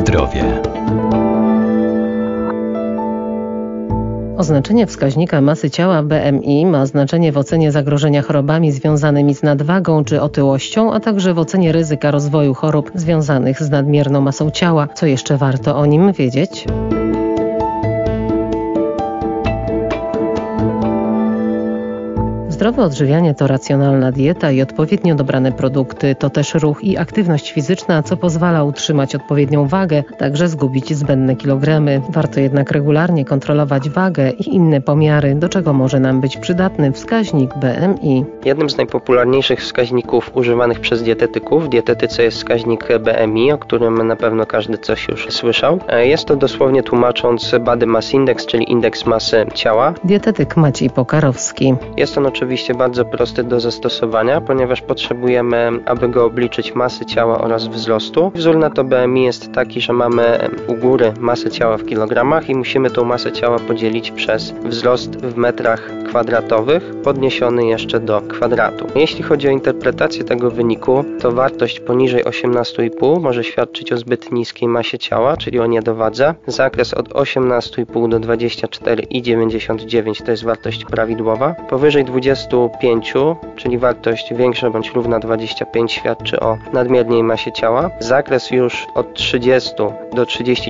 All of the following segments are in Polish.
zdrowie. Oznaczenie wskaźnika masy ciała BMI ma znaczenie w ocenie zagrożenia chorobami związanymi z nadwagą czy otyłością, a także w ocenie ryzyka rozwoju chorób związanych z nadmierną masą ciała. Co jeszcze warto o nim wiedzieć? Zdrowe odżywianie to racjonalna dieta i odpowiednio dobrane produkty. To też ruch i aktywność fizyczna, co pozwala utrzymać odpowiednią wagę, także zgubić zbędne kilogramy. Warto jednak regularnie kontrolować wagę i inne pomiary, do czego może nam być przydatny wskaźnik BMI. Jednym z najpopularniejszych wskaźników używanych przez dietetyków w dietetyce jest wskaźnik BMI, o którym na pewno każdy coś już słyszał. Jest to dosłownie tłumacząc Body Mass Index, czyli indeks masy ciała. Dietetyk Maciej Pokarowski. Jest on oczywiście bardzo prosty do zastosowania, ponieważ potrzebujemy, aby go obliczyć, masy ciała oraz wzrostu. Wzór na to BMI jest taki, że mamy u góry masę ciała w kilogramach i musimy tą masę ciała podzielić przez wzrost w metrach kwadratowych, podniesiony jeszcze do kwadratu. Jeśli chodzi o interpretację tego wyniku, to wartość poniżej 18,5 może świadczyć o zbyt niskiej masie ciała, czyli o niedowadze. Zakres od 18,5 do 24,99 to jest wartość prawidłowa. Powyżej 25, czyli wartość większa bądź równa 25, świadczy o nadmiernej masie ciała. Zakres już od 30 do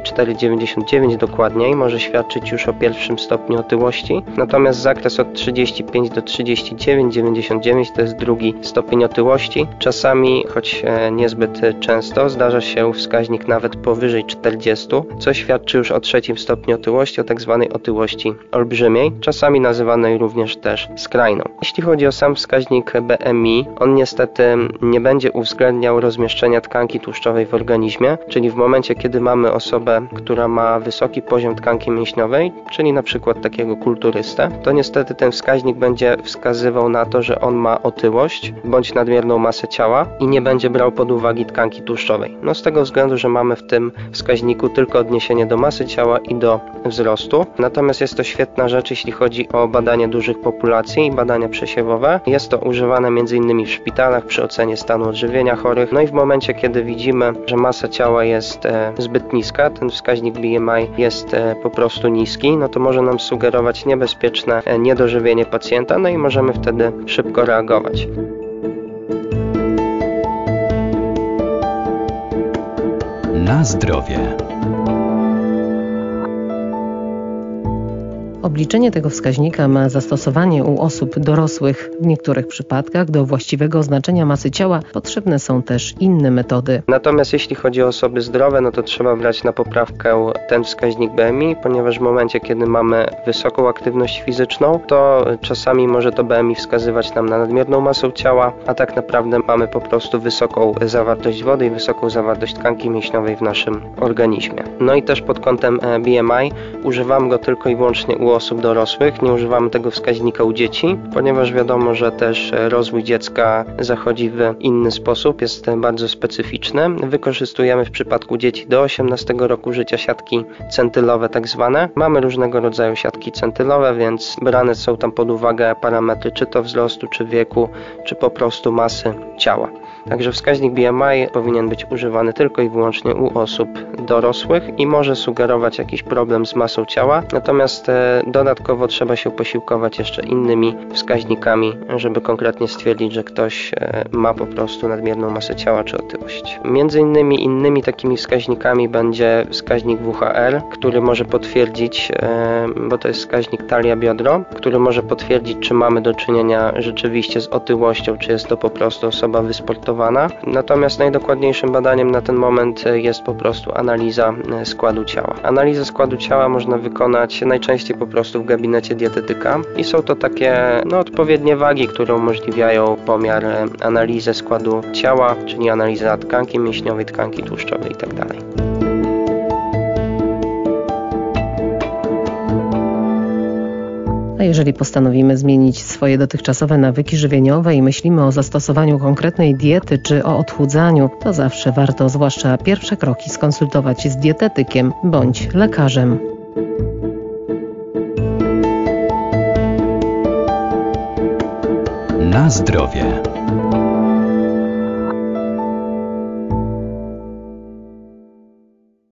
34,99 dokładniej może świadczyć już o pierwszym stopniu otyłości. Natomiast zakres od 35 do 39,99 to jest drugi stopień otyłości. Czasami, choć niezbyt często, zdarza się wskaźnik nawet powyżej 40, co świadczy już o trzecim stopniu otyłości, o tak zwanej otyłości olbrzymiej, czasami nazywanej również też skrajną. Jeśli chodzi o sam wskaźnik BMI, on niestety nie będzie uwzględniał rozmieszczenia tkanki tłuszczowej w organizmie, czyli w momencie, kiedy mamy osobę, która ma wysoki poziom tkanki mięśniowej, czyli na przykład takiego kulturystę, to niestety ten wskaźnik będzie wskazywał na to, że on ma otyłość bądź nadmierną masę ciała i nie będzie brał pod uwagę tkanki tłuszczowej. Z tego względu, że mamy w tym wskaźniku tylko odniesienie do masy ciała i do wzrostu. Natomiast jest to świetna rzecz, jeśli chodzi o badanie dużych populacji i badania przesiewowe. Jest to używane m.in. w szpitalach przy ocenie stanu odżywienia chorych. I w momencie, kiedy widzimy, że masa ciała jest zbyt niska, ten wskaźnik BMI jest po prostu niski, to może nam sugerować niebezpieczne niedożywienie pacjenta, i możemy wtedy szybko reagować. Na zdrowie. Obliczenie tego wskaźnika ma zastosowanie u osób dorosłych. W niektórych przypadkach do właściwego oznaczenia masy ciała potrzebne są też inne metody. Natomiast jeśli chodzi o osoby zdrowe, to trzeba brać na poprawkę ten wskaźnik BMI, ponieważ w momencie, kiedy mamy wysoką aktywność fizyczną, to czasami może to BMI wskazywać nam na nadmierną masę ciała, a tak naprawdę mamy po prostu wysoką zawartość wody i wysoką zawartość tkanki mięśniowej w naszym organizmie. I też pod kątem BMI używam go tylko i wyłącznie u osób dorosłych, nie używamy tego wskaźnika u dzieci, ponieważ wiadomo, że też rozwój dziecka zachodzi w inny sposób, jest bardzo specyficzny. Wykorzystujemy w przypadku dzieci do 18 roku życia siatki centylowe tak zwane. Mamy różnego rodzaju siatki centylowe, więc brane są tam pod uwagę parametry czy to wzrostu, czy wieku, czy po prostu masy ciała. Także wskaźnik BMI powinien być używany tylko i wyłącznie u osób dorosłych i może sugerować jakiś problem z masą ciała, natomiast dodatkowo trzeba się posiłkować jeszcze innymi wskaźnikami, żeby konkretnie stwierdzić, że ktoś ma po prostu nadmierną masę ciała czy otyłość. Między innymi takimi wskaźnikami będzie wskaźnik WHR, który może potwierdzić, bo to jest wskaźnik talia-biodro, który może potwierdzić, czy mamy do czynienia rzeczywiście z otyłością, czy jest to po prostu osoba wysportowana. Natomiast najdokładniejszym badaniem na ten moment jest po prostu analiza składu ciała. Analizę składu ciała można wykonać najczęściej po prostu w gabinecie dietetyka i są to takie odpowiednie wagi, które umożliwiają pomiar, analizę składu ciała, czyli analiza tkanki mięśniowej, tkanki tłuszczowej itd. A jeżeli postanowimy zmienić swoje dotychczasowe nawyki żywieniowe i myślimy o zastosowaniu konkretnej diety czy o odchudzaniu, to zawsze warto zwłaszcza pierwsze kroki skonsultować z dietetykiem bądź lekarzem. Na zdrowie.